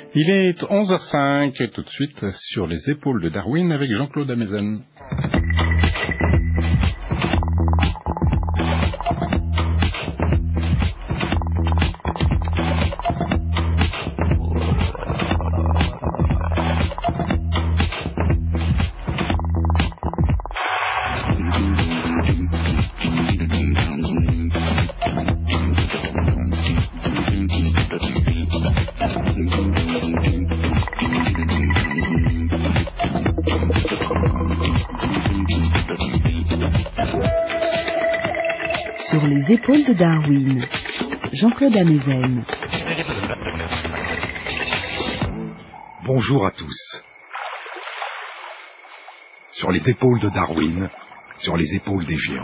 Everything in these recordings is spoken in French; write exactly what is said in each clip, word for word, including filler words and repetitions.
Il est onze heures cinq, tout de suite, sur les épaules de Darwin avec Jean-Claude Amezen. Sur les épaules de Darwin, Jean-Claude Amezen. Bonjour à tous. Sur les épaules de Darwin, sur les épaules des géants.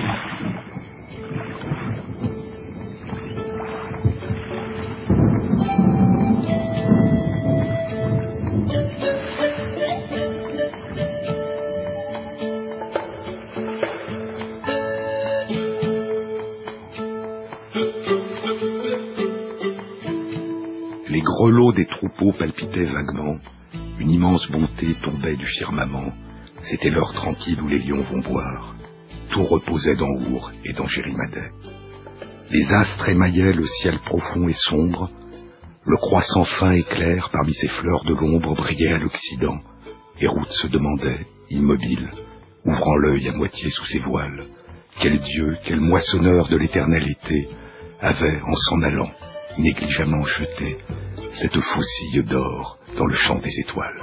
Les grelots des troupeaux palpitaient vaguement, une immense bonté tombait du firmament, c'était l'heure tranquille où les lions vont boire. Tout reposait dans Our et dans Jérimadais. Les astres émaillaient le ciel profond et sombre, le croissant fin et clair parmi ces fleurs de l'ombre brillait à l'Occident, et Ruth se demandait, immobile, ouvrant l'œil à moitié sous ses voiles, quel dieu, quel moissonneur de l'éternel été avait, en s'en allant, négligemment jeté cette faucille d'or dans le champ des étoiles.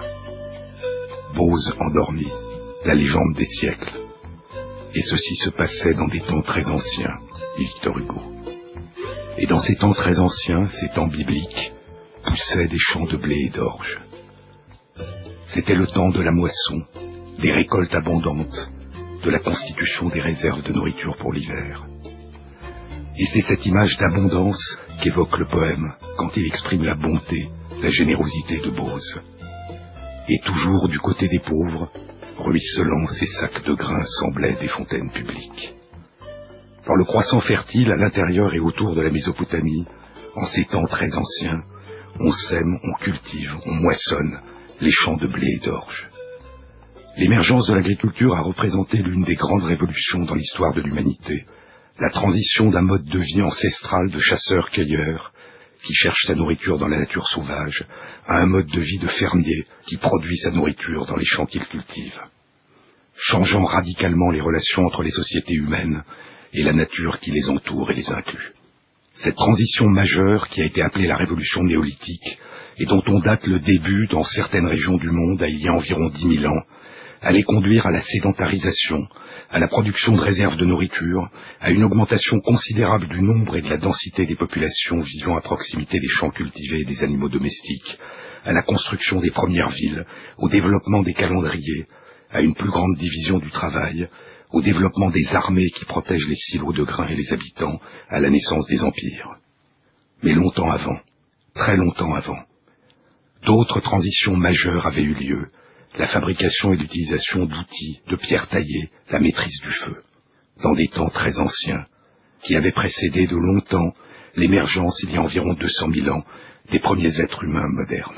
Bose endormi, la légende des siècles. Et ceci se passait dans des temps très anciens, dit Victor Hugo. Et dans ces temps très anciens, ces temps bibliques, poussaient des champs de blé et d'orge. C'était le temps de la moisson, des récoltes abondantes, de la constitution des réserves de nourriture pour l'hiver. Et c'est cette image d'abondance qu'évoque le poème quand il exprime la bonté, la générosité de Bose. Et toujours du côté des pauvres, ruisselants ces sacs de grains semblaient des fontaines publiques. Dans le croissant fertile, à l'intérieur et autour de la Mésopotamie, en ces temps très anciens, on sème, on cultive, on moissonne les champs de blé et d'orge. L'émergence de l'agriculture a représenté l'une des grandes révolutions dans l'histoire de l'humanité, la transition d'un mode de vie ancestral de chasseur-cueilleur, qui cherche sa nourriture dans la nature sauvage, à un mode de vie de fermier qui produit sa nourriture dans les champs qu'il cultive, changeant radicalement les relations entre les sociétés humaines et la nature qui les entoure et les inclut. Cette transition majeure qui a été appelée la révolution néolithique et dont on date le début dans certaines régions du monde à il y a environ dix mille ans, allait conduire à la sédentarisation, à la production de réserves de nourriture, à une augmentation considérable du nombre et de la densité des populations vivant à proximité des champs cultivés et des animaux domestiques, à la construction des premières villes, au développement des calendriers, à une plus grande division du travail, au développement des armées qui protègent les silos de grains et les habitants, à la naissance des empires. Mais longtemps avant, très longtemps avant, d'autres transitions majeures avaient eu lieu, la fabrication et l'utilisation d'outils, de pierres taillées, la maîtrise du feu, dans des temps très anciens, qui avaient précédé de longtemps l'émergence, il y a environ deux cent mille ans, des premiers êtres humains modernes.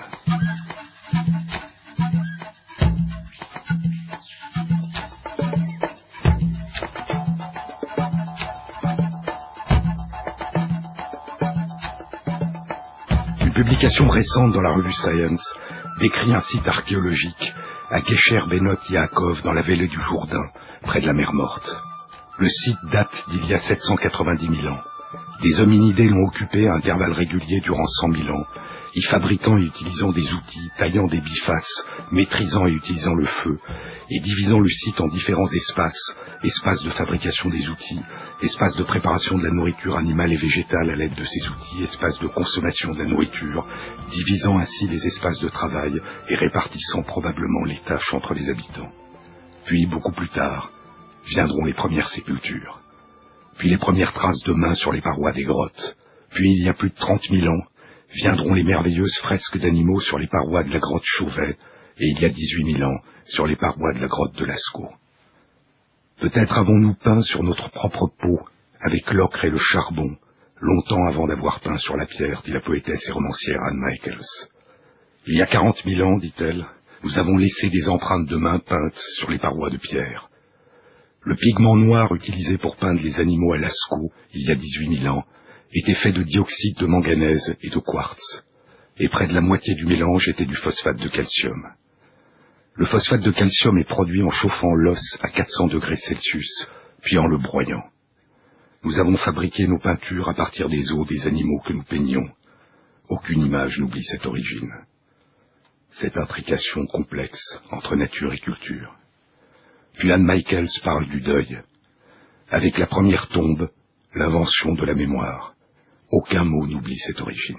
Une publication récente dans la revue Science décrit un site archéologique à Kesher Benot Yaakov dans la vallée du Jourdain, près de la mer Morte. Le site date d'il y a sept cent quatre-vingt-dix mille ans. Des hominidés l'ont occupé à intervalles réguliers durant cent mille ans, y fabriquant et utilisant des outils, taillant des bifaces, maîtrisant et utilisant le feu, et divisant le site en différents espaces, espaces de fabrication des outils, espaces de préparation de la nourriture animale et végétale à l'aide de ces outils, espaces de consommation de la nourriture, divisant ainsi les espaces de travail et répartissant probablement les tâches entre les habitants. Puis, beaucoup plus tard, viendront les premières sépultures, puis les premières traces de mains sur les parois des grottes, puis il y a plus de trente mille ans, viendront les merveilleuses fresques d'animaux sur les parois de la grotte Chauvet, et il y a dix-huit mille ans, sur les parois de la grotte de Lascaux. Peut-être avons-nous peint sur notre propre peau, avec l'ocre et le charbon, longtemps avant d'avoir peint sur la pierre, dit la poétesse et romancière Anne Michaels. Il y a quarante mille ans, dit-elle, nous avons laissé des empreintes de mains peintes sur les parois de pierre. Le pigment noir utilisé pour peindre les animaux à Lascaux, il y a dix-huit mille ans, était fait de dioxyde de manganèse et de quartz, et près de la moitié du mélange était du phosphate de calcium. Le phosphate de calcium est produit en chauffant l'os à quatre cents degrés Celsius, puis en le broyant. Nous avons fabriqué nos peintures à partir des os des animaux que nous peignions. Aucune image n'oublie cette origine. Cette intrication complexe entre nature et culture. Puis Anne Michaels parle du deuil. Avec la première tombe, l'invention de la mémoire. Aucun mot n'oublie cette origine.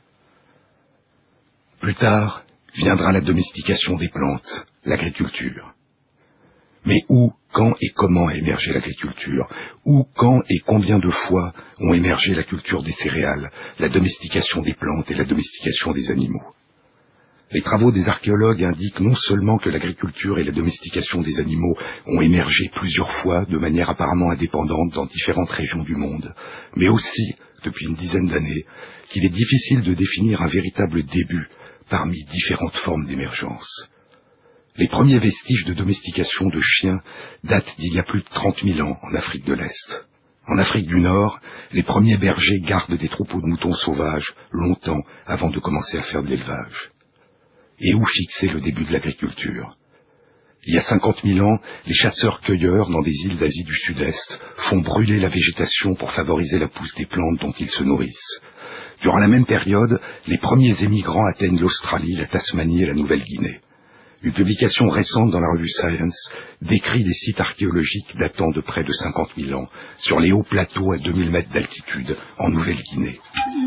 Plus tard, viendra la domestication des plantes, l'agriculture. Mais où, quand et comment a émergé l'agriculture? Où, quand et combien de fois ont émergé la culture des céréales, la domestication des plantes et la domestication des animaux? Les travaux des archéologues indiquent non seulement que l'agriculture et la domestication des animaux ont émergé plusieurs fois de manière apparemment indépendante dans différentes régions du monde, mais aussi, depuis une dizaine d'années, qu'il est difficile de définir un véritable début parmi différentes formes d'émergence. Les premiers vestiges de domestication de chiens datent d'il y a plus de trente mille ans en Afrique de l'Est. En Afrique du Nord, les premiers bergers gardent des troupeaux de moutons sauvages longtemps avant de commencer à faire de l'élevage. Et où fixer le début de l'agriculture? Il y a cinquante mille ans, les chasseurs-cueilleurs dans des îles d'Asie du Sud-Est font brûler la végétation pour favoriser la pousse des plantes dont ils se nourrissent. Durant la même période, les premiers émigrants atteignent l'Australie, la Tasmanie et la Nouvelle-Guinée. Une publication récente dans la revue Science décrit des sites archéologiques datant de près de cinquante mille ans, sur les hauts plateaux à deux mille mètres d'altitude, en Nouvelle-Guinée.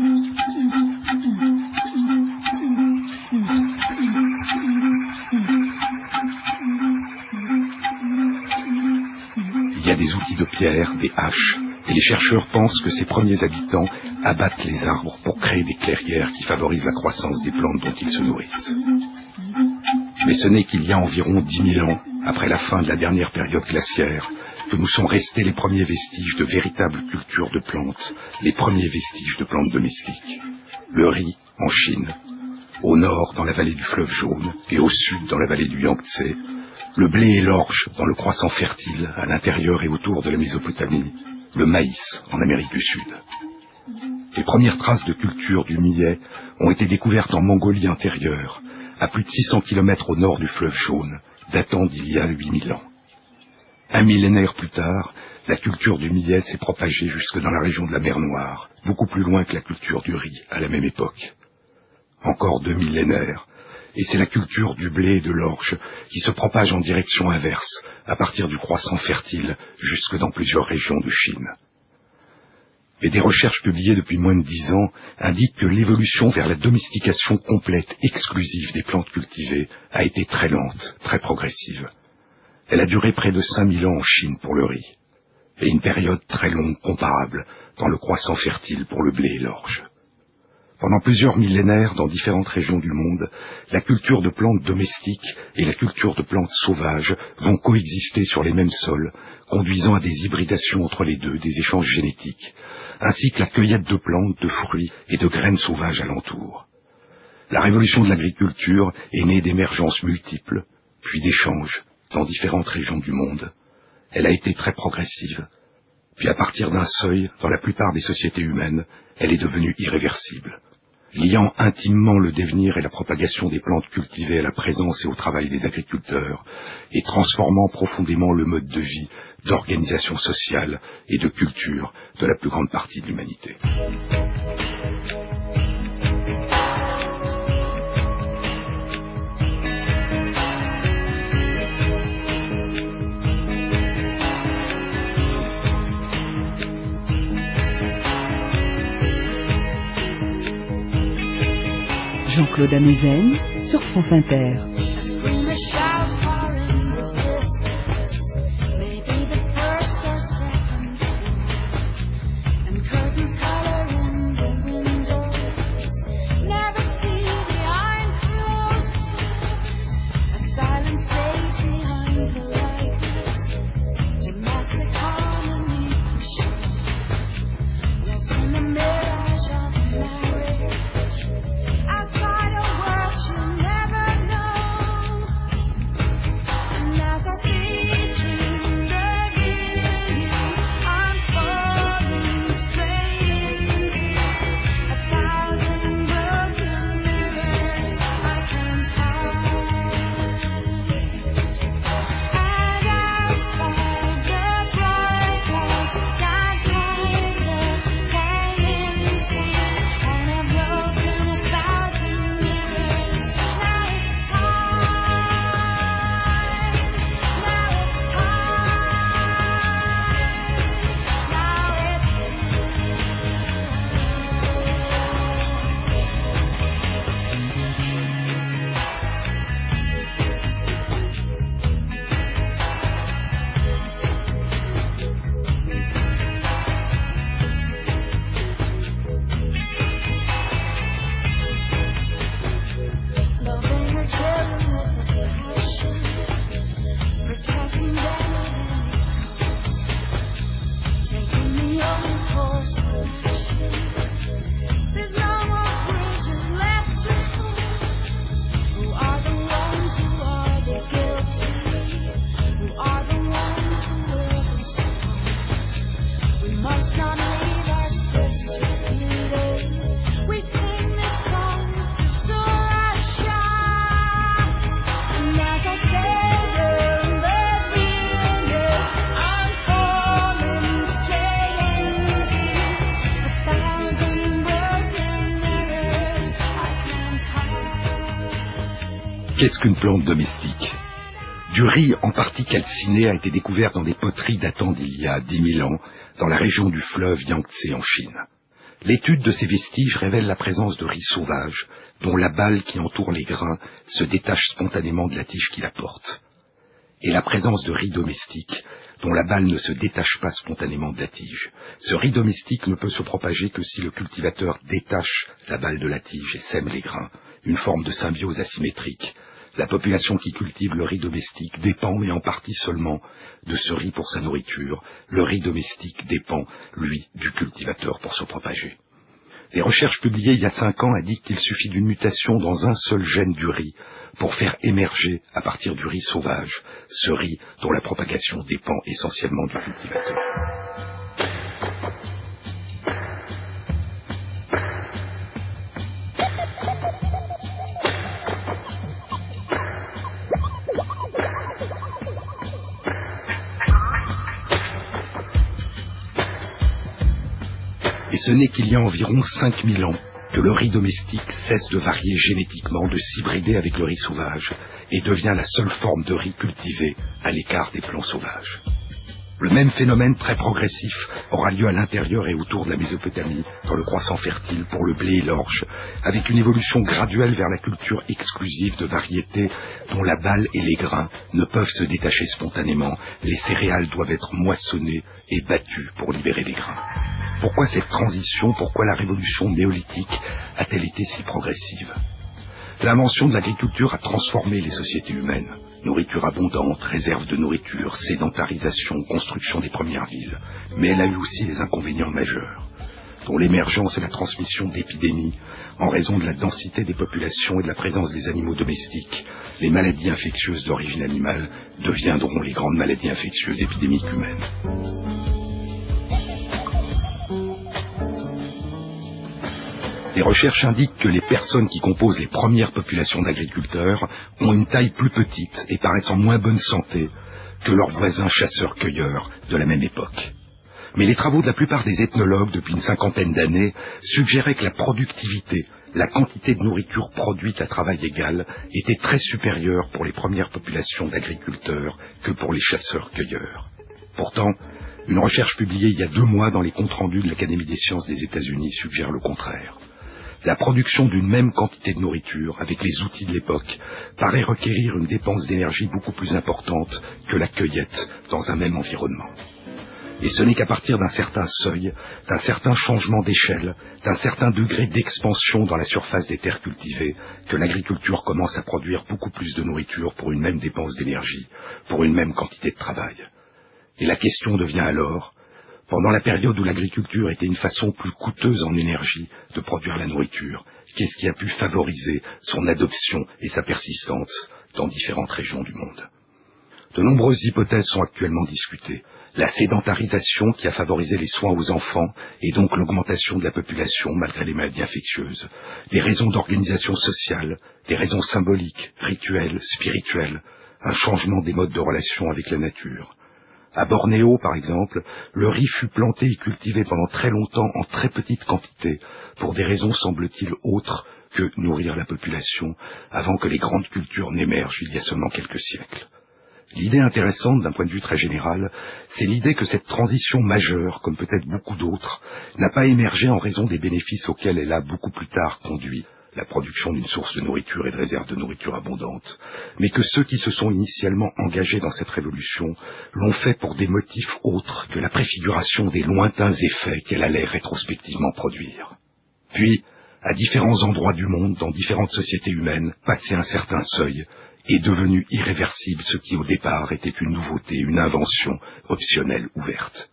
Il y a des outils de pierre, des haches, et les chercheurs pensent que ces premiers habitants abattent les arbres pour créer des clairières qui favorisent la croissance des plantes dont ils se nourrissent. Mais ce n'est qu'il y a environ dix mille ans, après la fin de la dernière période glaciaire, que nous sont restés les premiers vestiges de véritables cultures de plantes, les premiers vestiges de plantes domestiques. Le riz, en Chine, au nord dans la vallée du fleuve Jaune, et au sud dans la vallée du Yangtze, le blé et l'orge dans le croissant fertile à l'intérieur et autour de la Mésopotamie, le maïs en Amérique du Sud. Les premières traces de culture du millet ont été découvertes en Mongolie intérieure, à plus de six cents kilomètres au nord du fleuve Jaune, datant d'il y a huit mille ans. Un millénaire plus tard, la culture du millet s'est propagée jusque dans la région de la mer Noire, beaucoup plus loin que la culture du riz à la même époque. Encore deux millénaires, et c'est la culture du blé et de l'orge qui se propage en direction inverse, à partir du croissant fertile, jusque dans plusieurs régions de Chine. Mais des recherches publiées depuis moins de dix ans indiquent que l'évolution vers la domestication complète, exclusive des plantes cultivées, a été très lente, très progressive. Elle a duré près de cinq mille ans en Chine pour le riz, et une période très longue comparable dans le croissant fertile pour le blé et l'orge. Pendant plusieurs millénaires, dans différentes régions du monde, la culture de plantes domestiques et la culture de plantes sauvages vont coexister sur les mêmes sols, conduisant à des hybridations entre les deux, des échanges génétiques, ainsi que la cueillette de plantes, de fruits et de graines sauvages alentour. La révolution de l'agriculture est née d'émergences multiples, puis d'échanges dans différentes régions du monde. Elle a été très progressive, puis à partir d'un seuil, dans la plupart des sociétés humaines, elle est devenue irréversible, liant intimement le devenir et la propagation des plantes cultivées à la présence et au travail des agriculteurs, et transformant profondément le mode de vie, d'organisation sociale et de culture de la plus grande partie de l'humanité. Jean-Claude Amezen sur France Inter. Outside a world Qu'est-ce qu'une plante domestique ? Du riz en partie calciné a été découvert dans des poteries datant d'il y a dix mille ans, dans la région du fleuve Yangtze en Chine. L'étude de ces vestiges révèle la présence de riz sauvage, dont la balle qui entoure les grains se détache spontanément de la tige qui la porte. Et la présence de riz domestique, dont la balle ne se détache pas spontanément de la tige. Ce riz domestique ne peut se propager que si le cultivateur détache la balle de la tige et sème les grains, une forme de symbiose asymétrique. La population qui cultive le riz domestique dépend, mais en partie seulement, de ce riz pour sa nourriture. Le riz domestique dépend, lui, du cultivateur pour se propager. Les recherches publiées il y a cinq ans indiquent qu'il suffit d'une mutation dans un seul gène du riz pour faire émerger, à partir du riz sauvage, ce riz dont la propagation dépend essentiellement du cultivateur. Et ce n'est qu'il y a environ cinq mille ans que le riz domestique cesse de varier génétiquement, de s'hybrider avec le riz sauvage, et devient la seule forme de riz cultivée à l'écart des plants sauvages. Le même phénomène très progressif aura lieu à l'intérieur et autour de la Mésopotamie, dans le croissant fertile pour le blé et l'orge, avec une évolution graduelle vers la culture exclusive de variétés dont la balle et les grains ne peuvent se détacher spontanément. Les céréales doivent être moissonnées et battues pour libérer les grains. Pourquoi cette transition, pourquoi la révolution néolithique a-t-elle été si progressive ? L'invention de l'agriculture a transformé les sociétés humaines. Nourriture abondante, réserve de nourriture, sédentarisation, construction des premières villes. Mais elle a eu aussi des inconvénients majeurs, dont l'émergence et la transmission d'épidémies en raison de la densité des populations et de la présence des animaux domestiques. Les maladies infectieuses d'origine animale deviendront les grandes maladies infectieuses épidémiques humaines. Les recherches indiquent que les personnes qui composent les premières populations d'agriculteurs ont une taille plus petite et paraissent en moins bonne santé que leurs voisins chasseurs-cueilleurs de la même époque. Mais les travaux de la plupart des ethnologues depuis une cinquantaine d'années suggéraient que la productivité, la quantité de nourriture produite à travail égal, était très supérieure pour les premières populations d'agriculteurs que pour les chasseurs-cueilleurs. Pourtant, une recherche publiée il y a deux mois dans les comptes rendus de l'Académie des sciences des États-Unis suggère le contraire. La production d'une même quantité de nourriture, avec les outils de l'époque, paraît requérir une dépense d'énergie beaucoup plus importante que la cueillette dans un même environnement. Et ce n'est qu'à partir d'un certain seuil, d'un certain changement d'échelle, d'un certain degré d'expansion dans la surface des terres cultivées, que l'agriculture commence à produire beaucoup plus de nourriture pour une même dépense d'énergie, pour une même quantité de travail. Et la question devient alors, pendant la période où l'agriculture était une façon plus coûteuse en énergie de produire la nourriture, qu'est-ce qui a pu favoriser son adoption et sa persistance dans différentes régions du monde ? De nombreuses hypothèses sont actuellement discutées. La sédentarisation qui a favorisé les soins aux enfants et donc l'augmentation de la population malgré les maladies infectieuses, les raisons d'organisation sociale, les raisons symboliques, rituelles, spirituelles, un changement des modes de relation avec la nature. À Bornéo, par exemple, le riz fut planté et cultivé pendant très longtemps en très petite quantité, pour des raisons semble-t-il autres que nourrir la population, avant que les grandes cultures n'émergent il y a seulement quelques siècles. L'idée intéressante d'un point de vue très général, c'est l'idée que cette transition majeure, comme peut-être beaucoup d'autres, n'a pas émergé en raison des bénéfices auxquels elle a beaucoup plus tard conduit, la production d'une source de nourriture et de réserves de nourriture abondante, mais que ceux qui se sont initialement engagés dans cette révolution l'ont fait pour des motifs autres que la préfiguration des lointains effets qu'elle allait rétrospectivement produire. Puis, à différents endroits du monde, dans différentes sociétés humaines, passé un certain seuil, est devenu irréversible ce qui au départ était une nouveauté, une invention optionnelle ouverte.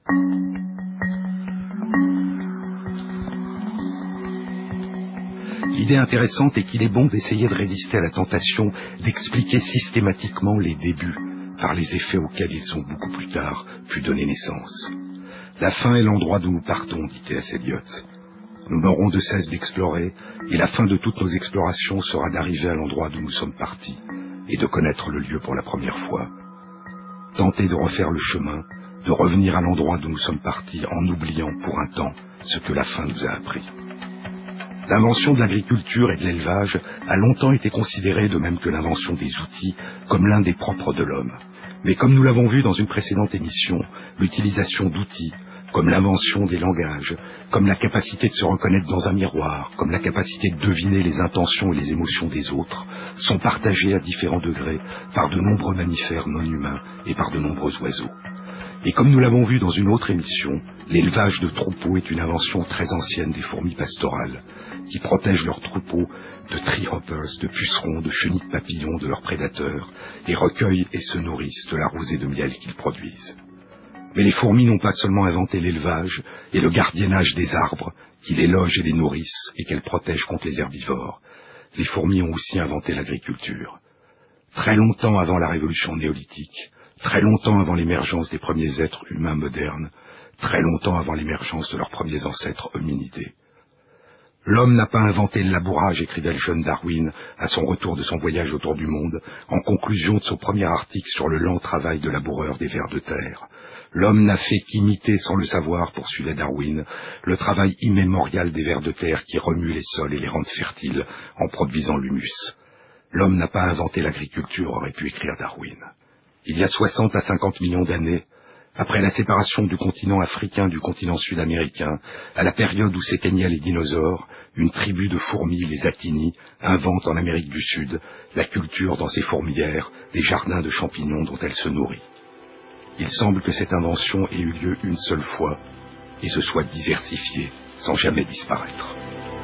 L'idée intéressante est qu'il est bon d'essayer de résister à la tentation d'expliquer systématiquement les débuts par les effets auxquels ils ont beaucoup plus tard pu donner naissance. La fin est l'endroit d'où nous partons, dit T S Eliot. Nous n'aurons de cesse d'explorer, et la fin de toutes nos explorations sera d'arriver à l'endroit d'où nous sommes partis, et de connaître le lieu pour la première fois. Tenter de refaire le chemin, de revenir à l'endroit d'où nous sommes partis en oubliant pour un temps ce que la fin nous a appris. L'invention de l'agriculture et de l'élevage a longtemps été considérée, de même que l'invention des outils, comme l'un des propres de l'homme. Mais comme nous l'avons vu dans une précédente émission, l'utilisation d'outils, comme l'invention des langages, comme la capacité de se reconnaître dans un miroir, comme la capacité de deviner les intentions et les émotions des autres, sont partagées à différents degrés par de nombreux mammifères non humains et par de nombreux oiseaux. Et comme nous l'avons vu dans une autre émission, l'élevage de troupeaux est une invention très ancienne des fourmis pastorales, qui protègent leurs troupeaux de treehoppers, de pucerons, de chenilles papillons, de leurs prédateurs, et recueillent et se nourrissent de la rosée de miel qu'ils produisent. Mais les fourmis n'ont pas seulement inventé l'élevage et le gardiennage des arbres, qui les logent et les nourrissent et qu'elles protègent contre les herbivores. Les fourmis ont aussi inventé l'agriculture. Très longtemps avant la révolution néolithique, très longtemps avant l'émergence des premiers êtres humains modernes, très longtemps avant l'émergence de leurs premiers ancêtres hominidés. L'homme n'a pas inventé le labourage, écrivait le jeune Darwin à son retour de son voyage autour du monde, en conclusion de son premier article sur le lent travail de laboureur des vers de terre. L'homme n'a fait qu'imiter, sans le savoir, poursuivait Darwin, le travail immémorial des vers de terre qui remuent les sols et les rendent fertiles en produisant l'humus. L'homme n'a pas inventé l'agriculture, aurait pu écrire Darwin. Il y a soixante à cinquante millions d'années, après la séparation du continent africain du continent sud-américain, à la période où s'éteignaient les dinosaures, une tribu de fourmis, les Actini, invente en Amérique du Sud la culture dans ses fourmilières des jardins de champignons dont elle se nourrit. Il semble que cette invention ait eu lieu une seule fois et se soit diversifiée sans jamais disparaître.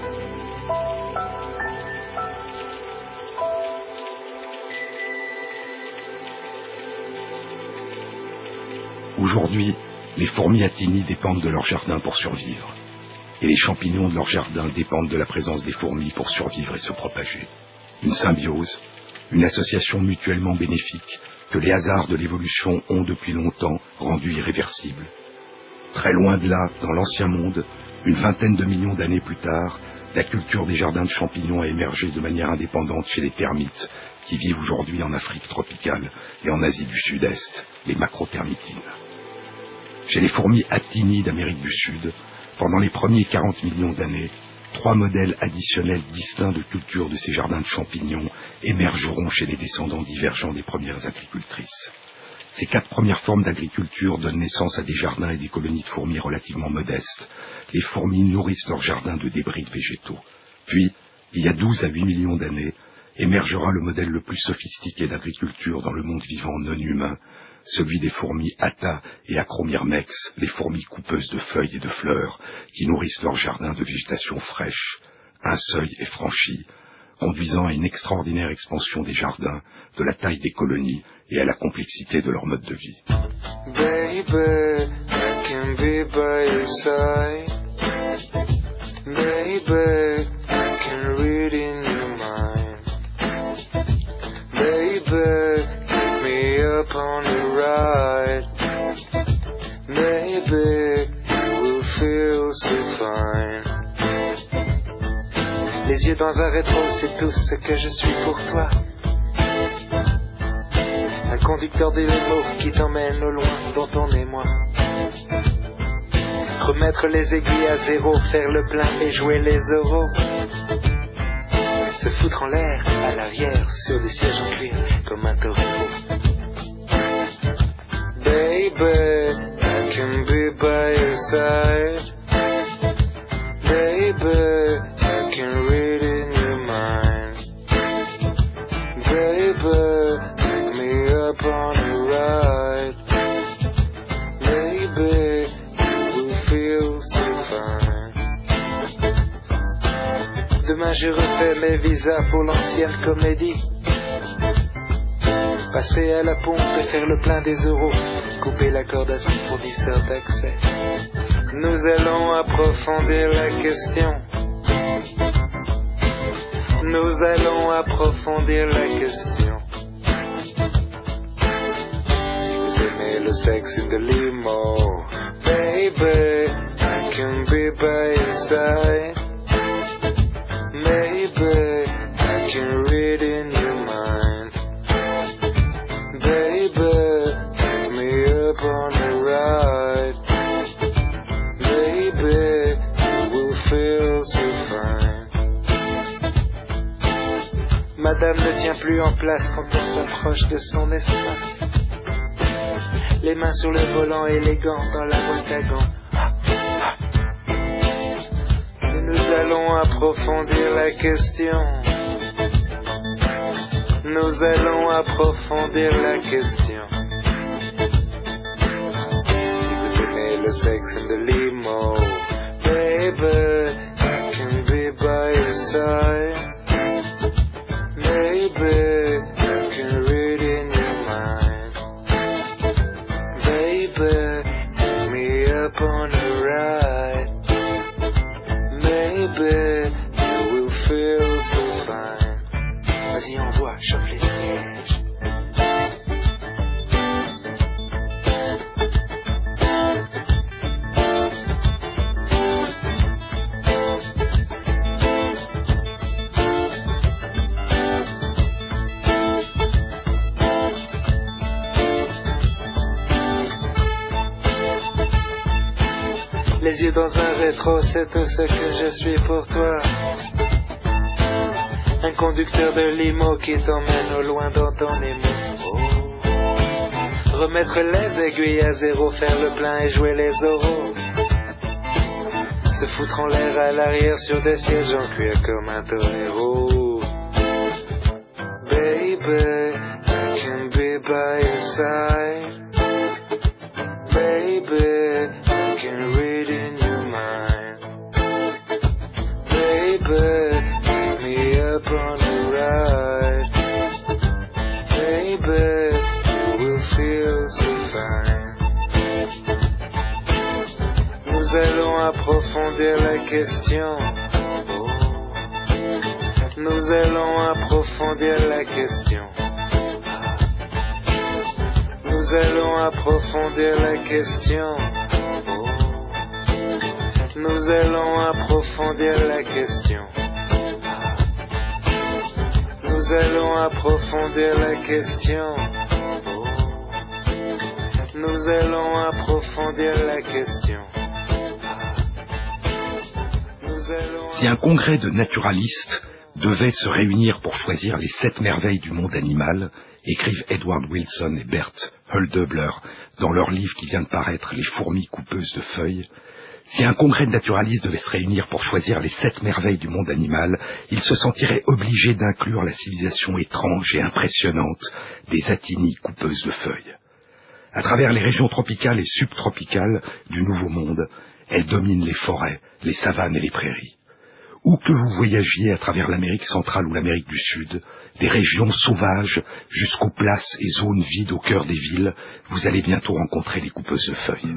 Aujourd'hui, les fourmis Actini dépendent de leur jardin pour survivre, et les champignons de leur jardin dépendent de la présence des fourmis pour survivre et se propager. Une symbiose, une association mutuellement bénéfique que les hasards de l'évolution ont depuis longtemps rendue irréversible. Très loin de là, dans l'ancien monde, une vingtaine de millions d'années plus tard, la culture des jardins de champignons a émergé de manière indépendante chez les termites, qui vivent aujourd'hui en Afrique tropicale et en Asie du Sud-Est, les macrothermitines. Chez les fourmis Actini d'Amérique du Sud, pendant les premiers quarante millions d'années, trois modèles additionnels distincts de culture de ces jardins de champignons émergeront chez les descendants divergents des premières agricultrices. Ces quatre premières formes d'agriculture donnent naissance à des jardins et des colonies de fourmis relativement modestes. Les fourmis nourrissent leurs jardins de débris végétaux. Puis, il y a douze à huit millions d'années, émergera le modèle le plus sophistiqué d'agriculture dans le monde vivant non humain, celui des fourmis Atta et Acromyrmex, les fourmis coupeuses de feuilles et de fleurs, qui nourrissent leurs jardins de végétation fraîche. Un seuil est franchi, conduisant à une extraordinaire expansion des jardins, de la taille des colonies et à la complexité de leur mode de vie. Baby, I can be by your side. Baby, I can read in your mind. Baby, take me up on the ride. Baby, you will feel so fine. Les yeux dans un rétro, c'est tout ce que je suis pour toi. Un conducteur de limo qui t'emmène au loin dans ton émoi. Remettre les aiguilles à zéro, faire le plein et jouer les euros. Se foutre en l'air, à l'arrière, sur des sièges en cuir, comme un torero. Baby, I can be by your side. Baby, I can read in your mind. Baby, take me up on a ride. Baby, you will feel so fine. Demain je refais mes visas pour l'ancienne comédie. Passer à la pompe et faire le plein des euros. Couper la corde à son fournisseur d'accès. Nous allons approfondir la question. Nous allons approfondir la question. Si vous aimez le sexe in the limo, baby, I can be by your side. Maybe I can read in your mind. Baby, take me up on a ride. Baby, you will feel so fine. Madame ne tient plus en place quand elle s'approche de son espace. Les mains sur le volant élégant dans la boîte à gants. Et nous allons approfondir la question. Nous allons approfondir la question. Si vous aimez le sexe in the limo, baby, I can be by your side. Baby, I can read in your mind. Baby, take me up on a ride. Maybe you will feel so fine. Vas-y, envoie, chauffe les sièges. Les yeux dans un rétro, c'est tout ce que je suis pour toi. Un conducteur de limo qui t'emmène au loin dans ton émo. Oh. Remettre les aiguilles à zéro, faire le plein et jouer les oraux. Se foutre en l'air à l'arrière sur des sièges en cuir comme un torero. Baby, I can be by your side. Baby, I can read in your mind. Baby, take me up on a ride. Baby, you will feel so fine. Nous allons approfondir la question. Oh. Nous allons approfondir la question. Nous allons approfondir la question. Oh. Nous allons approfondir la question. Nous allons approfondir la question. Oh. Nous allons approfondir la question. Nous allons... Si un congrès de naturalistes devait se réunir pour choisir les sept merveilles du monde animal, écrivent Edward Wilson et Bert Huldubler dans leur livre qui vient de paraître, Les fourmis coupeuses de feuilles, si un congrès de naturalistes devait se réunir pour choisir les sept merveilles du monde animal, il se sentirait obligé d'inclure la civilisation étrange et impressionnante des Atini coupeuses de feuilles. À travers les régions tropicales et subtropicales du Nouveau Monde, elles dominent les forêts, les savanes et les prairies. Où que vous voyagiez à travers l'Amérique centrale ou l'Amérique du Sud, des régions sauvages jusqu'aux places et zones vides au cœur des villes, vous allez bientôt rencontrer les coupeuses de feuilles.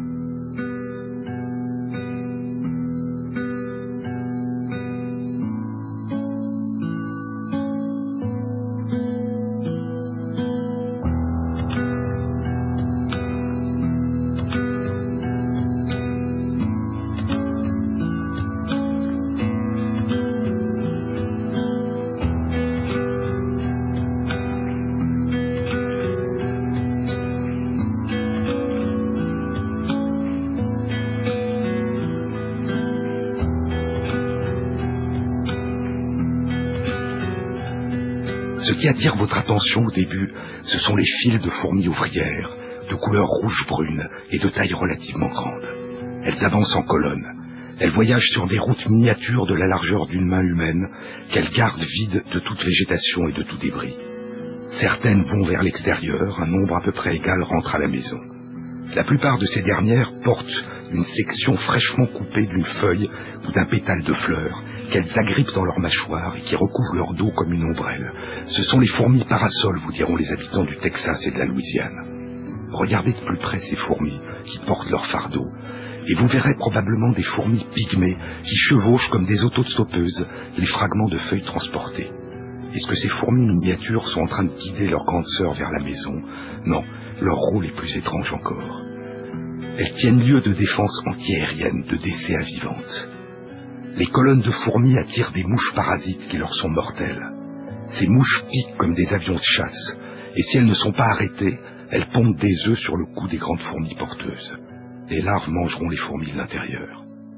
Ce qui attire votre attention au début, ce sont les files de fourmis ouvrières, de couleur rouge-brune et de taille relativement grande. Elles avancent en colonne. Elles voyagent sur des routes miniatures de la largeur d'une main humaine, qu'elles gardent vides de toute végétation et de tout débris. Certaines vont vers l'extérieur, un nombre à peu près égal rentre à la maison. La plupart de ces dernières portent une section fraîchement coupée d'une feuille ou d'un pétale de fleurs, qu'elles agrippent dans leur mâchoire et qui recouvrent leur dos comme une ombrelle. Ce sont les fourmis parasols, vous diront les habitants du Texas et de la Louisiane. Regardez de plus près ces fourmis qui portent leur fardeau, et vous verrez probablement des fourmis pygmées qui chevauchent comme des autostoppeuses les fragments de feuilles transportés. Est-ce que ces fourmis miniatures sont en train de guider leur grande sœur vers la maison? Non, leur rôle est plus étrange encore. Elles tiennent lieu de défense antiaérienne, de décès vivantes. Les colonnes de fourmis attirent des mouches parasites qui leur sont mortelles. Ces mouches piquent comme des avions de chasse, et si elles ne sont pas arrêtées, elles pondent des œufs sur le cou des grandes fourmis porteuses. Les larves mangeront les fourmis de l'intérieur.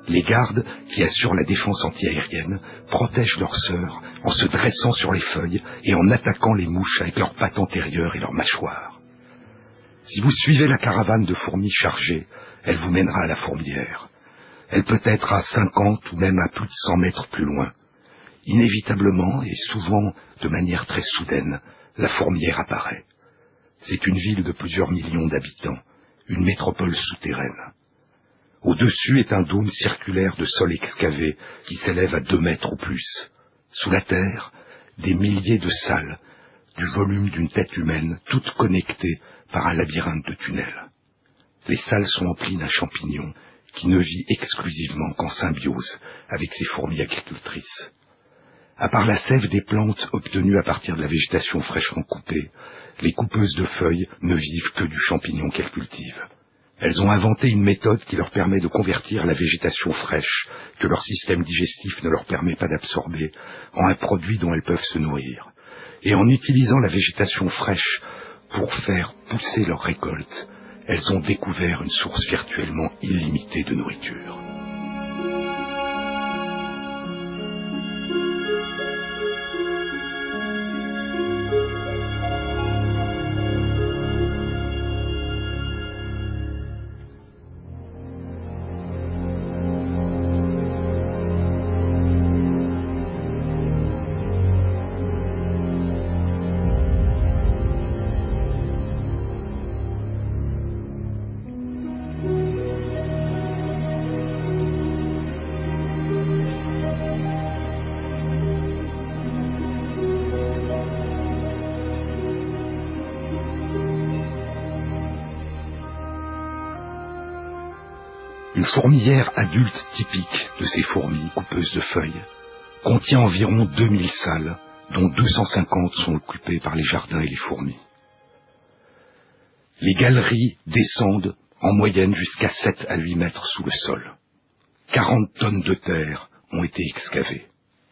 Les gardes, qui assurent la défense antiaérienne, protègent leurs sœurs en se dressant sur les feuilles et en attaquant les mouches avec leurs pattes antérieures et leurs mâchoires. Si vous suivez la caravane de fourmis chargées, elle vous mènera à la fourmilière. Elle peut être à cinquante ou même à plus de cent mètres plus loin. Inévitablement, et souvent de manière très soudaine, la fourmilière apparaît. C'est une ville de plusieurs millions d'habitants, une métropole souterraine. Au-dessus est un dôme circulaire de sol excavé qui s'élève à deux mètres ou plus. Sous la terre, des milliers de salles, du volume d'une tête humaine, toutes connectées par un labyrinthe de tunnels. Les salles sont emplies d'un champignon qui ne vit exclusivement qu'en symbiose avec ses fourmis agricultrices. À part la sève des plantes obtenues à partir de la végétation fraîchement coupée, les coupeuses de feuilles ne vivent que du champignon qu'elles cultivent. Elles ont inventé une méthode qui leur permet de convertir la végétation fraîche, que leur système digestif ne leur permet pas d'absorber, en un produit dont elles peuvent se nourrir. Et en utilisant la végétation fraîche pour faire pousser leur récolte, elles ont découvert une source virtuellement illimitée de nourriture. Une fourmilière adulte typique de ces fourmis coupeuses de feuilles contient environ deux mille salles, dont deux cent cinquante sont occupées par les jardins et les fourmis. Les galeries descendent en moyenne jusqu'à sept à huit mètres sous le sol. quarante tonnes de terre ont été excavées.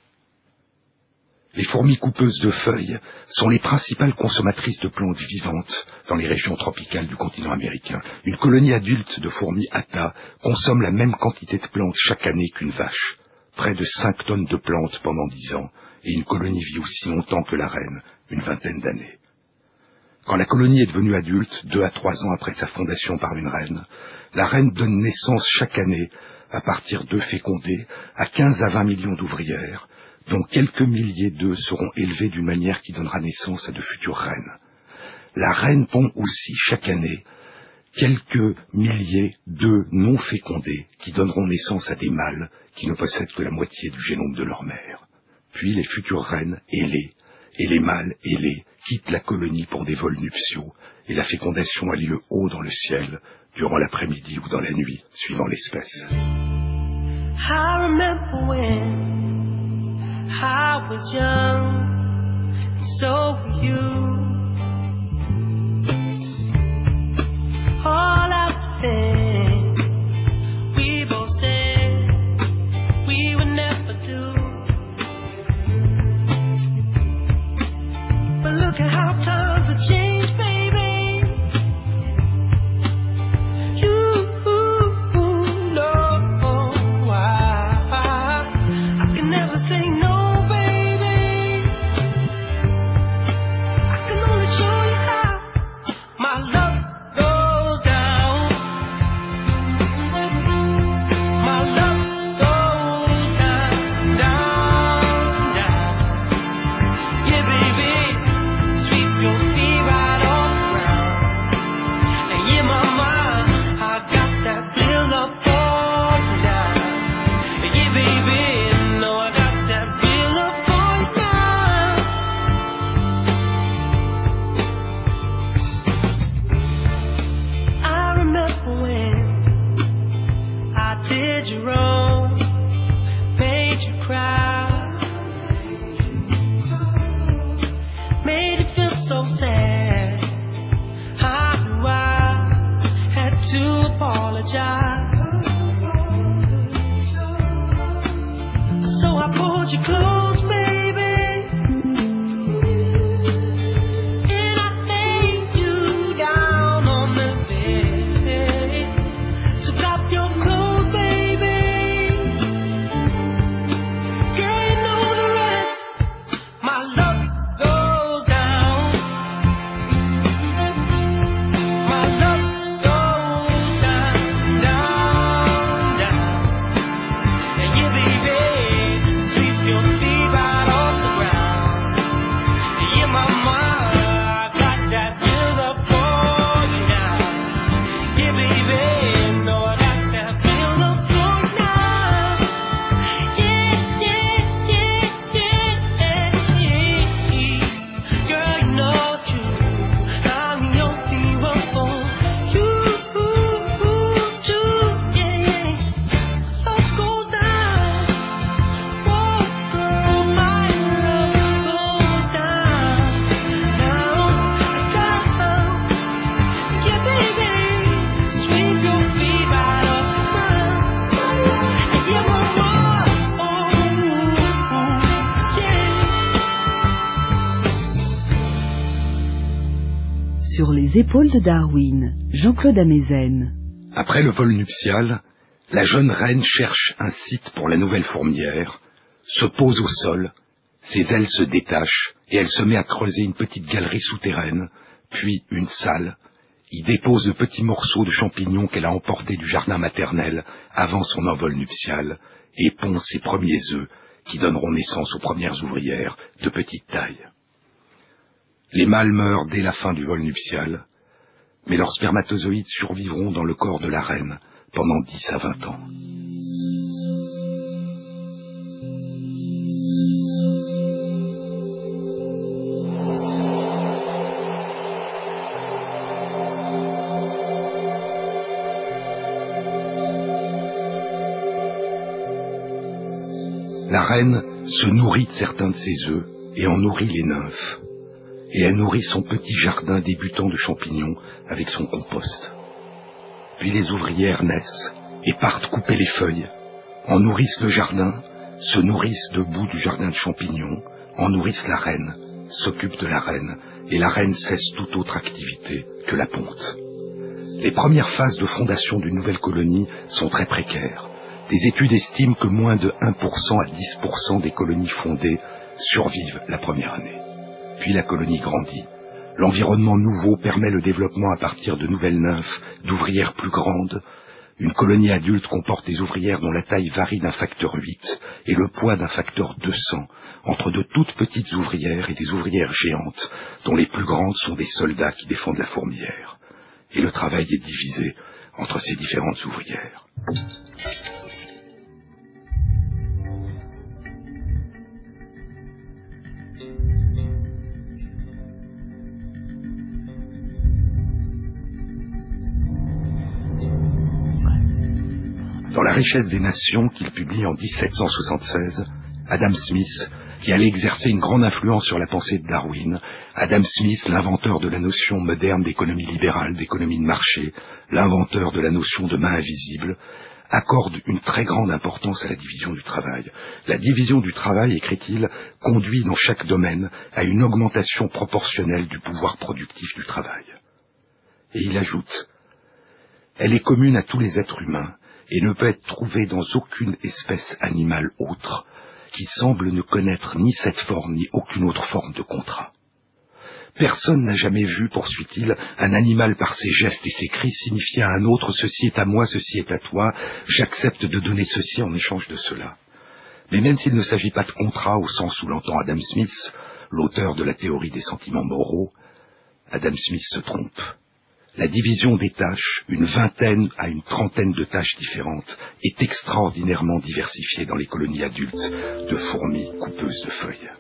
Les fourmis coupeuses de feuilles sont les principales consommatrices de plantes vivantes dans les régions tropicales du continent américain. Une colonie adulte de fourmis Atta consomme la même quantité de plantes chaque année qu'une vache, près de cinq tonnes de plantes pendant dix ans, et une colonie vit aussi longtemps que la reine, une vingtaine d'années. Quand la colonie est devenue adulte, deux à trois ans après sa fondation par une reine, la reine donne naissance chaque année, à partir d'œufs fécondés, à quinze à vingt millions d'ouvrières, dont quelques milliers d'œufs seront élevés d'une manière qui donnera naissance à de futures reines. La reine pond aussi chaque année quelques milliers d'œufs non fécondés qui donneront naissance à des mâles qui ne possèdent que la moitié du génome de leur mère. Puis les futures reines ailées et les mâles ailés quittent la colonie pour des vols nuptiaux et la fécondation a lieu haut dans le ciel durant l'après-midi ou dans la nuit, suivant l'espèce. I remember when I was young, and so were you. All of the things we both said we would never do. But look at how times have changed, baby. You know why I can never say no. Baby Sur les épaules de Darwin, Jean-Claude Amezen. Après le vol nuptial, la jeune reine cherche un site pour la nouvelle fourmilière, se pose au sol, ses ailes se détachent et elle se met à creuser une petite galerie souterraine, puis une salle, y dépose de petits morceaux de champignons qu'elle a emportés du jardin maternel avant son envol nuptial et pond ses premiers œufs qui donneront naissance aux premières ouvrières de petite taille. Les mâles meurent dès la fin du vol nuptial, mais leurs spermatozoïdes survivront dans le corps de la reine pendant dix à vingt ans. La reine se nourrit de certains de ses œufs et en nourrit les nymphes. Et elle nourrit son petit jardin débutant de champignons avec son compost. Puis les ouvrières naissent et partent couper les feuilles, en nourrissent le jardin, se nourrissent debout du jardin de champignons, en nourrissent la reine, s'occupent de la reine, et la reine cesse toute autre activité que la ponte. Les premières phases de fondation d'une nouvelle colonie sont très précaires. Des études estiment que moins de un pour cent à dix pour cent des colonies fondées survivent la première année. Puis la colonie grandit. L'environnement nouveau permet le développement à partir de nouvelles nymphes, d'ouvrières plus grandes. Une colonie adulte comporte des ouvrières dont la taille varie d'un facteur huit et le poids d'un facteur deux cents, entre de toutes petites ouvrières et des ouvrières géantes, dont les plus grandes sont des soldats qui défendent la fourmilière. Et le travail est divisé entre ces différentes ouvrières. Dans La richesse des nations, qu'il publie en dix-sept cent soixante-seize, Adam Smith, qui allait exercer une grande influence sur la pensée de Darwin, Adam Smith, l'inventeur de la notion moderne d'économie libérale, d'économie de marché, l'inventeur de la notion de main invisible, accorde une très grande importance à la division du travail. La division du travail, écrit-il, conduit dans chaque domaine à une augmentation proportionnelle du pouvoir productif du travail. Et il ajoute, elle est commune à tous les êtres humains, et ne peut être trouvée dans aucune espèce animale autre, qui semble ne connaître ni cette forme ni aucune autre forme de contrat. Personne n'a jamais vu, poursuit-il, un animal par ses gestes et ses cris signifier à un autre « ceci est à moi, ceci est à toi, j'accepte de donner ceci en échange de cela ». Mais même s'il ne s'agit pas de contrat au sens où l'entend Adam Smith, l'auteur de la théorie des sentiments moraux, Adam Smith se trompe. La division des tâches, une vingtaine à une trentaine de tâches différentes, est extraordinairement diversifiée dans les colonies adultes de fourmis coupeuses de feuilles.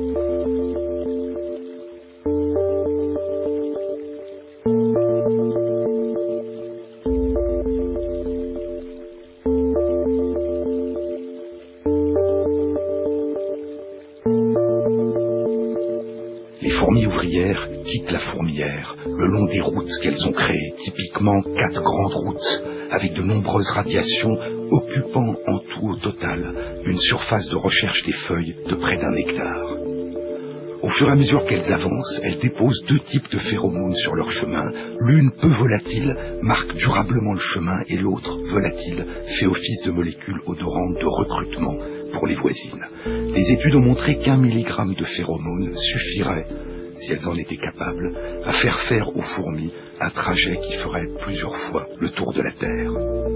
Les fourmis ouvrières quittent la fourmilière le long des routes qu'elles ont créées, typiquement quatre grandes routes, avec de nombreuses radiations, occupant en tout au total une surface de recherche des feuilles de près d'un hectare. Au fur et à mesure qu'elles avancent, elles déposent deux types de phéromones sur leur chemin. L'une, peu volatile, marque durablement le chemin, et l'autre, volatile, fait office de molécule odorante de recrutement pour les voisines. Les études ont montré qu'un milligramme de phéromones suffirait, si elles en étaient capables, à faire faire aux fourmis un trajet qui ferait plusieurs fois le tour de la Terre.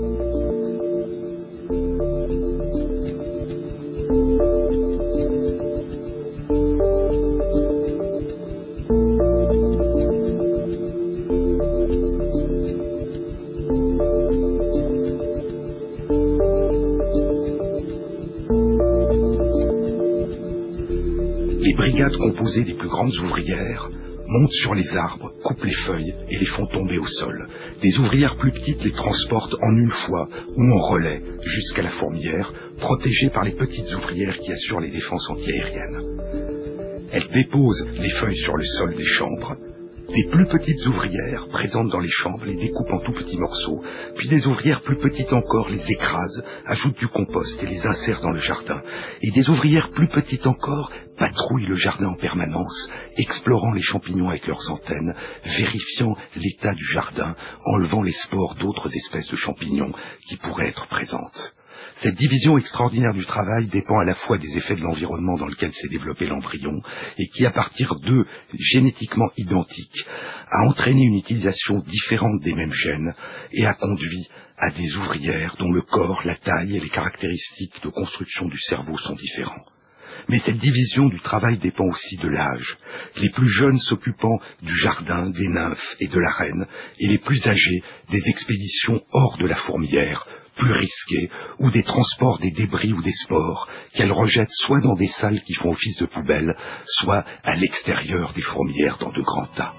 Les brigades composées des plus grandes ouvrières montent sur les arbres, coupent les feuilles et les font tomber au sol. Des ouvrières plus petites les transportent en une fois ou en relais jusqu'à la fourmilière, protégées par les petites ouvrières qui assurent les défenses antiaériennes. Elles déposent les feuilles sur le sol des chambres. Des plus petites ouvrières, présentes dans les chambres, les découpent en tout petits morceaux, puis des ouvrières plus petites encore les écrasent, ajoutent du compost et les insèrent dans le jardin. Et des ouvrières plus petites encore patrouillent le jardin en permanence, explorant les champignons avec leurs antennes, vérifiant l'état du jardin, enlevant les spores d'autres espèces de champignons qui pourraient être présentes. Cette division extraordinaire du travail dépend à la fois des effets de l'environnement dans lequel s'est développé l'embryon et qui, à partir d'eux génétiquement identiques, a entraîné une utilisation différente des mêmes gènes et a conduit à des ouvrières dont le corps, la taille et les caractéristiques de construction du cerveau sont différents. Mais cette division du travail dépend aussi de l'âge, les plus jeunes s'occupant du jardin, des nymphes et de la reine, et les plus âgés des expéditions hors de la fourmilière, plus risquées, ou des transports des débris ou des spores qu'elles rejettent soit dans des salles qui font office de poubelle, soit à l'extérieur des fourmilières dans de grands tas.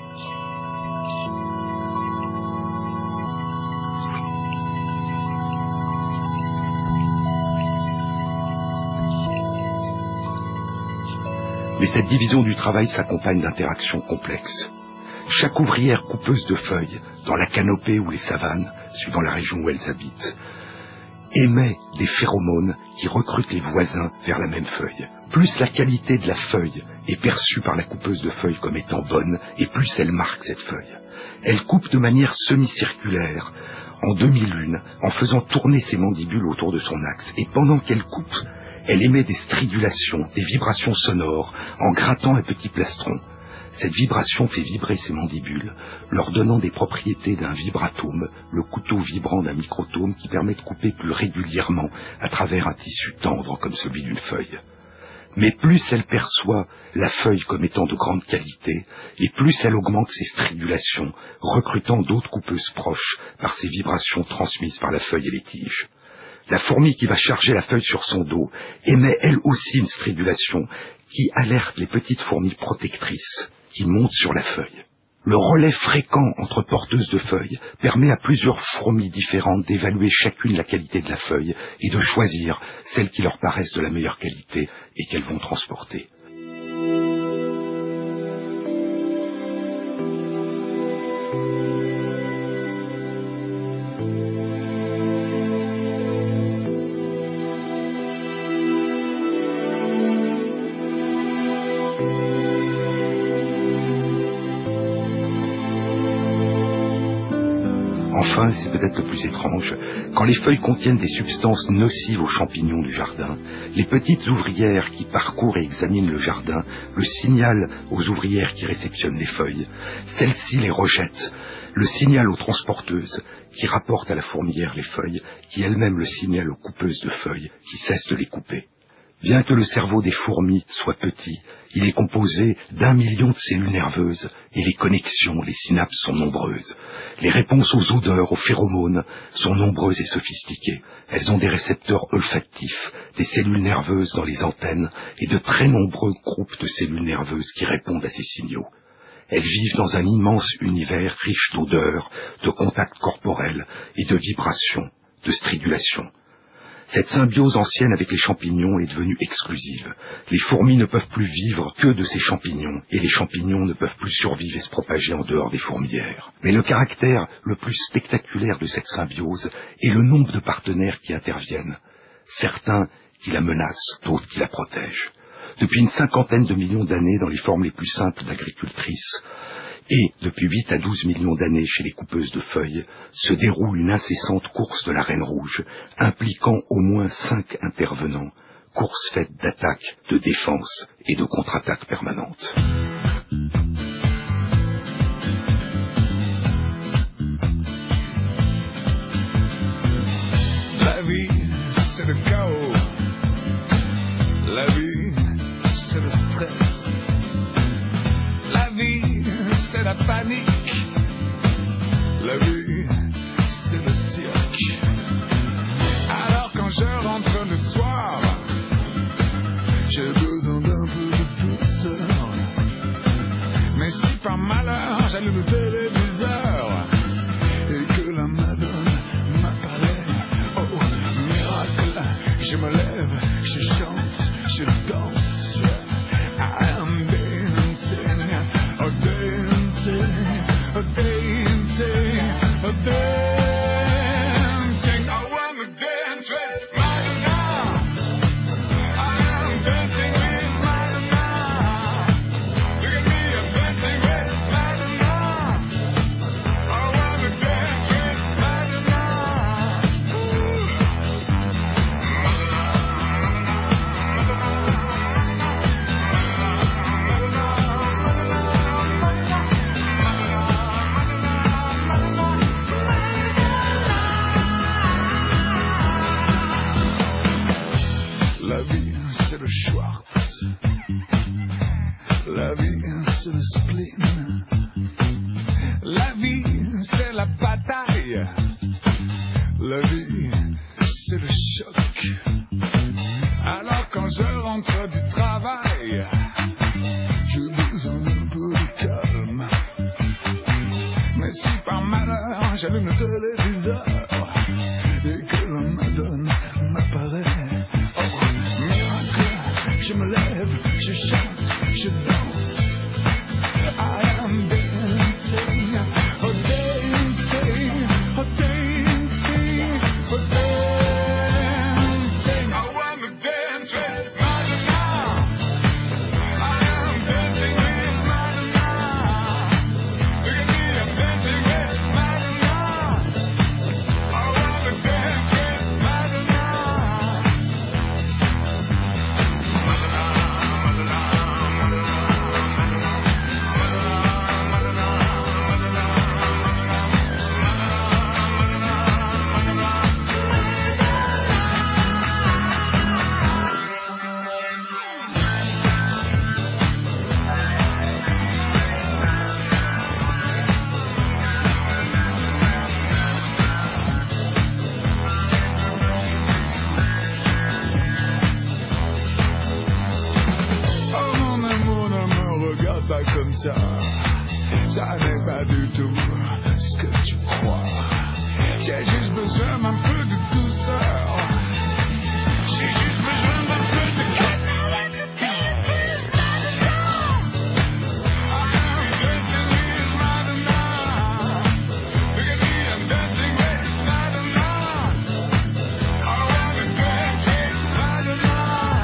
Mais cette division du travail s'accompagne d'interactions complexes. Chaque ouvrière coupeuse de feuilles, dans la canopée ou les savanes, suivant la région où elles habitent, émet des phéromones qui recrutent les voisins vers la même feuille. Plus la qualité de la feuille est perçue par la coupeuse de feuilles comme étant bonne, et plus elle marque cette feuille. Elle coupe de manière semi-circulaire, en demi-lune, en faisant tourner ses mandibules autour de son axe, et pendant qu'elle coupe, elle émet des stridulations, des vibrations sonores, en grattant un petit plastron. Cette vibration fait vibrer ses mandibules, leur donnant des propriétés d'un vibratome, le couteau vibrant d'un microtome qui permet de couper plus régulièrement à travers un tissu tendre comme celui d'une feuille. Mais plus elle perçoit la feuille comme étant de grande qualité, et plus elle augmente ses stridulations, recrutant d'autres coupeuses proches par ces vibrations transmises par la feuille et les tiges. La fourmi qui va charger la feuille sur son dos émet elle aussi une stridulation qui alerte les petites fourmis protectrices qui montent sur la feuille. Le relais fréquent entre porteuses de feuilles permet à plusieurs fourmis différentes d'évaluer chacune la qualité de la feuille et de choisir celles qui leur paraissent de la meilleure qualité et qu'elles vont transporter. Enfin, c'est peut-être le plus étrange, quand les feuilles contiennent des substances nocives aux champignons du jardin, les petites ouvrières qui parcourent et examinent le jardin le signalent aux ouvrières qui réceptionnent les feuilles. Celles-ci les rejettent, le signalent aux transporteuses qui rapportent à la fourmilière les feuilles, qui elles-mêmes le signalent aux coupeuses de feuilles qui cessent de les couper. Bien que le cerveau des fourmis soit petit, il est composé d'un million de cellules nerveuses et les connexions, les synapses sont nombreuses. Les réponses aux odeurs, aux phéromones sont nombreuses et sophistiquées. Elles ont des récepteurs olfactifs, des cellules nerveuses dans les antennes et de très nombreux groupes de cellules nerveuses qui répondent à ces signaux. Elles vivent dans un immense univers riche d'odeurs, de contacts corporels et de vibrations, de stridulations. Cette symbiose ancienne avec les champignons est devenue exclusive. Les fourmis ne peuvent plus vivre que de ces champignons, et les champignons ne peuvent plus survivre et se propager en dehors des fourmilières. Mais le caractère le plus spectaculaire de cette symbiose est le nombre de partenaires qui interviennent. Certains qui la menacent, d'autres qui la protègent. Depuis une cinquantaine de millions d'années dans les formes les plus simples d'agricultrices, et depuis huit à douze millions d'années chez les coupeuses de feuilles, se déroule une incessante course de la Reine Rouge, impliquant au moins cinq intervenants, course faite d'attaques, de défense et de contre-attaques permanentes. La vie, c'est le chaos. La vie, c'est le stress. La vie, c'est la panique. La vie, c'est le cirque. Alors quand je rentre le soir, j'ai besoin d'un peu de douceur. Mais si par malheur j'allume le téléviseur et que la Madone m'apparaît, oh miracle, je me lève, je chante, je danse. I am dancing, oh dancing, oh dancing, oh dancing. I wanna dance with Madonna. I am dancing with Madonna. c'est le Schwartz. La vie, c'est le spleen. La vie, c'est la bataille. La vie, c'est le choc. Alors quand je rentre du travail, j'ai besoin d'un peu de calme. Mais si par malheur j'allume le téléviseur et que la madone m'apparaît, oh miracle, je me lève, je chante, je danse. I am dancing, oh dancing, oh dancing, oh dancing. I wanna dance with Madonna. I am dancing with Madonna. Look at me, I'm dancing with Madonna. I wanna dance with Madonna. Oh mon amour, ne me regarde pas comme ça. Ça n'est pas du tout ce que tu crois. J'ai juste besoin d'un peu de douceur. J'ai juste besoin d'un peu de calme. I am dancing with Madonna. Look at me, I'm dancing with Madonna. I wanna dance with Madonna.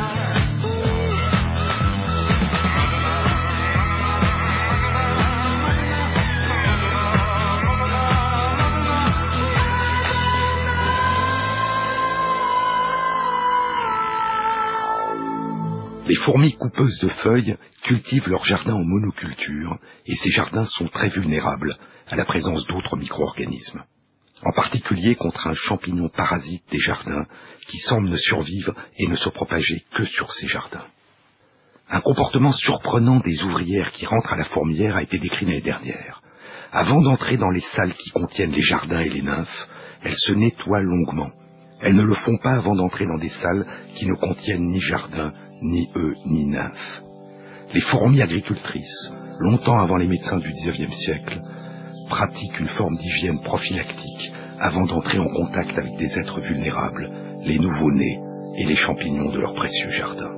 Les fourmis coupeuses de feuilles cultivent leurs jardins en monoculture, et ces jardins sont très vulnérables à la présence d'autres micro-organismes. En particulier contre un champignon parasite des jardins qui semble ne survivre et ne se propager que sur ces jardins. Un comportement surprenant des ouvrières qui rentrent à la fourmilière a été décrit l'année dernière. Avant d'entrer dans les salles qui contiennent les jardins et les nymphes, elles se nettoient longuement. Elles ne le font pas avant d'entrer dans des salles qui ne contiennent ni jardins, ni œufs, ni nymphes. Les fourmis agricultrices, longtemps avant les médecins du dix-neuvième siècle, pratiquent une forme d'hygiène prophylactique avant d'entrer en contact avec des êtres vulnérables, les nouveau-nés et les champignons de leur précieux jardin.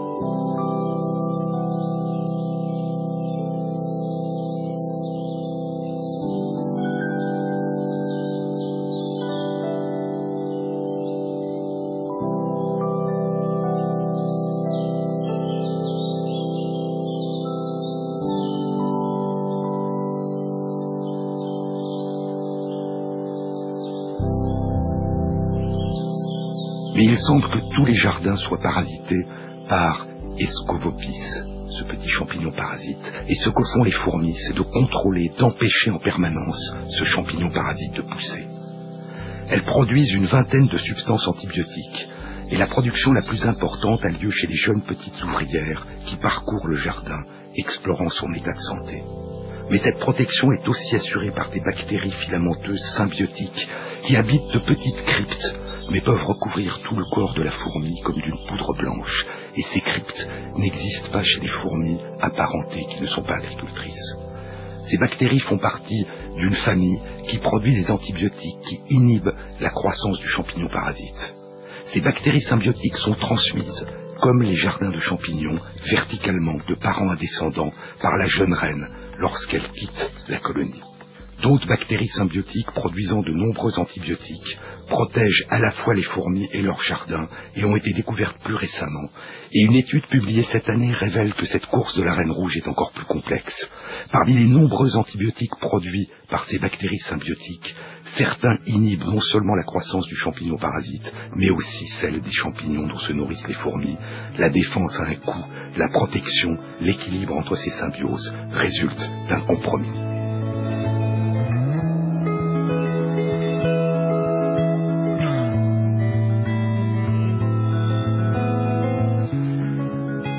Mais il semble que tous les jardins soient parasités par Escovopis, ce petit champignon parasite, et ce que font les fourmis, c'est de contrôler, d'empêcher en permanence ce champignon parasite de pousser. Elles produisent une vingtaine de substances antibiotiques, et la production la plus importante a lieu chez les jeunes petites ouvrières qui parcourent le jardin, explorant son état de santé. Mais cette protection est aussi assurée par des bactéries filamenteuses symbiotiques qui habitent de petites cryptes, mais peuvent recouvrir tout le corps de la fourmi comme d'une poudre blanche, et ces cryptes n'existent pas chez les fourmis apparentées qui ne sont pas agricultrices. Ces bactéries font partie d'une famille qui produit des antibiotiques qui inhibent la croissance du champignon parasite. Ces bactéries symbiotiques sont transmises, comme les jardins de champignons, verticalement de parents à descendants par la jeune reine lorsqu'elle quitte la colonie. D'autres bactéries symbiotiques produisant de nombreux antibiotiques protègent à la fois les fourmis et leurs jardins et ont été découvertes plus récemment. Et une étude publiée cette année révèle que cette course de la reine rouge est encore plus complexe. Parmi les nombreux antibiotiques produits par ces bactéries symbiotiques, certains inhibent non seulement la croissance du champignon parasite, mais aussi celle des champignons dont se nourrissent les fourmis. La défense a un coût, la protection, l'équilibre entre ces symbioses résulte d'un compromis.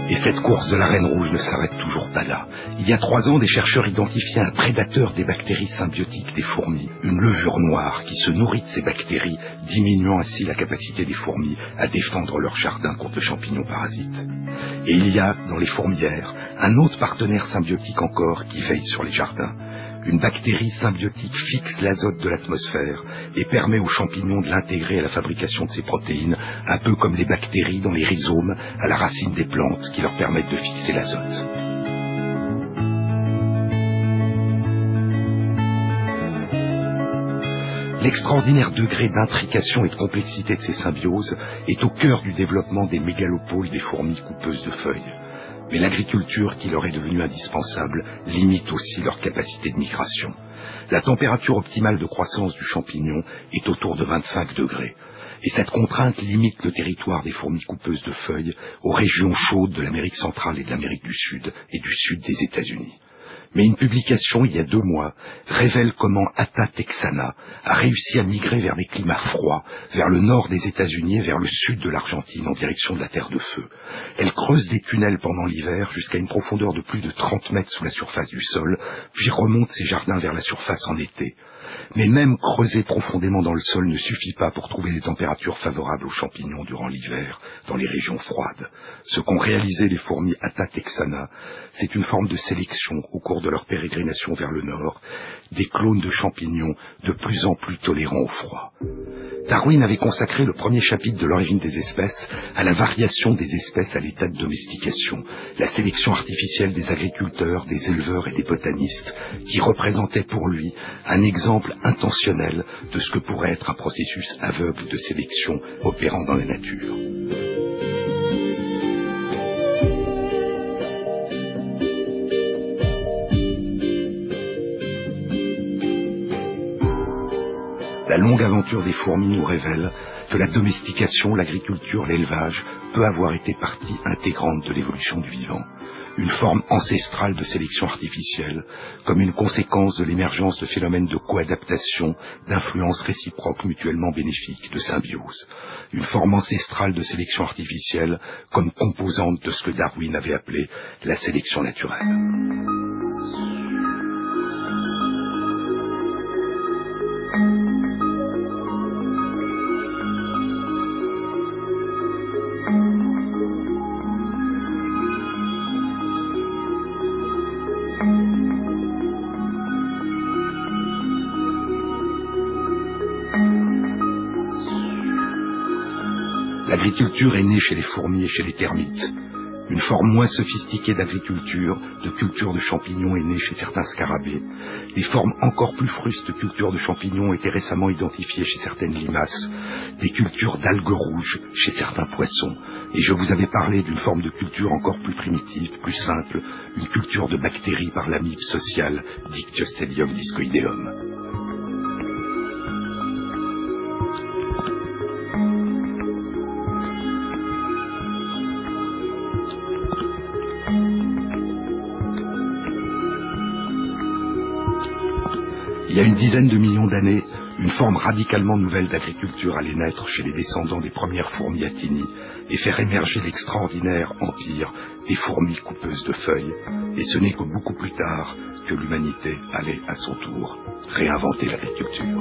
Et cette course de la Reine Rouge ne s'arrête toujours pas là. Il y a trois ans, des chercheurs identifiaient un prédateur des bactéries symbiotiques des fourmis, une levure noire qui se nourrit de ces bactéries, diminuant ainsi la capacité des fourmis à défendre leur jardin contre le champignon parasite. Et il y a, dans les fourmilières, un autre partenaire symbiotique encore qui veille sur les jardins. Une bactérie symbiotique fixe l'azote de l'atmosphère et permet aux champignons de l'intégrer à la fabrication de ses protéines, un peu comme les bactéries dans les rhizomes à la racine des plantes qui leur permettent de fixer l'azote. L'extraordinaire degré d'intrication et de complexité de ces symbioses est au cœur du développement des mégalopoles des fourmis coupeuses de feuilles. Mais l'agriculture qui leur est devenue indispensable limite aussi leur capacité de migration. La température optimale de croissance du champignon est autour de vingt-cinq degrés. Et cette contrainte limite le territoire des fourmis coupeuses de feuilles aux régions chaudes de l'Amérique centrale et de l'Amérique du Sud et du sud des États-Unis. Mais une publication, il y a deux mois, révèle comment Atta texana a réussi à migrer vers des climats froids, vers le nord des États-Unis et vers le sud de l'Argentine en direction de la Terre de Feu. Elle creuse des tunnels pendant l'hiver jusqu'à une profondeur de plus de trente mètres sous la surface du sol, puis remonte ses jardins vers la surface en été. Mais même creuser profondément dans le sol ne suffit pas pour trouver des températures favorables aux champignons durant l'hiver dans les régions froides. Ce qu'ont réalisé les fourmis Atta texana, c'est une forme de sélection au cours de leur pérégrination vers le nord, des clones de champignons de plus en plus tolérants au froid. Darwin avait consacré le premier chapitre de l'origine des espèces à la variation des espèces à l'état de domestication, la sélection artificielle des agriculteurs, des éleveurs et des botanistes, qui représentait pour lui un exemple intentionnel de ce que pourrait être un processus aveugle de sélection opérant dans la nature. La longue aventure des fourmis nous révèle que la domestication, l'agriculture, l'élevage peut avoir été partie intégrante de l'évolution du vivant, une forme ancestrale de sélection artificielle, comme une conséquence de l'émergence de phénomènes de coadaptation, d'influence réciproque mutuellement bénéfique, de symbiose, une forme ancestrale de sélection artificielle comme composante de ce que Darwin avait appelé la sélection naturelle. L'agriculture est née chez les fourmis et chez les termites. Une forme moins sophistiquée d'agriculture, de culture de champignons est née chez certains scarabées. Des formes encore plus frustes de culture de champignons étaient récemment identifiées chez certaines limaces. Des cultures d'algues rouges chez certains poissons. Et je vous avais parlé d'une forme de culture encore plus primitive, plus simple, une culture de bactéries par l'amibe sociale, Dictyostelium discoideum. Il y a une dizaine de millions d'années, une forme radicalement nouvelle d'agriculture allait naître chez les descendants des premières fourmis actinies et faire émerger l'extraordinaire empire des fourmis coupeuses de feuilles. Et ce n'est que beaucoup plus tard que l'humanité allait à son tour réinventer l'agriculture.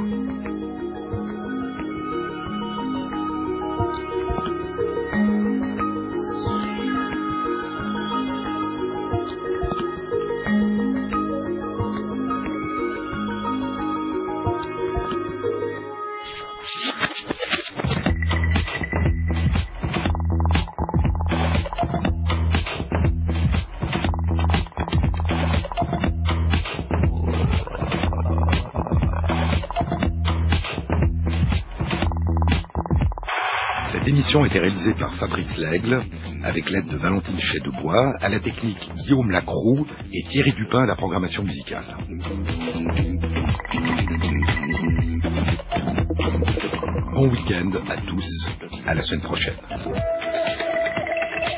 Cette émission a été réalisée par Fabrice Lègle, avec l'aide de Valentine Chédebois, à la technique Guillaume Lacroux et Thierry Dupin à la programmation musicale. Bon week-end à tous, à la semaine prochaine.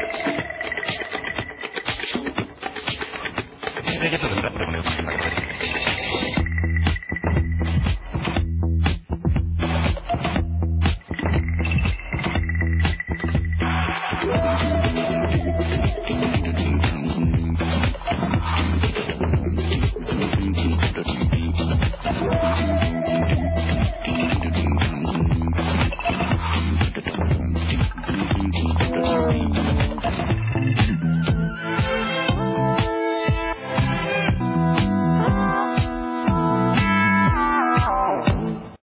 Thank you.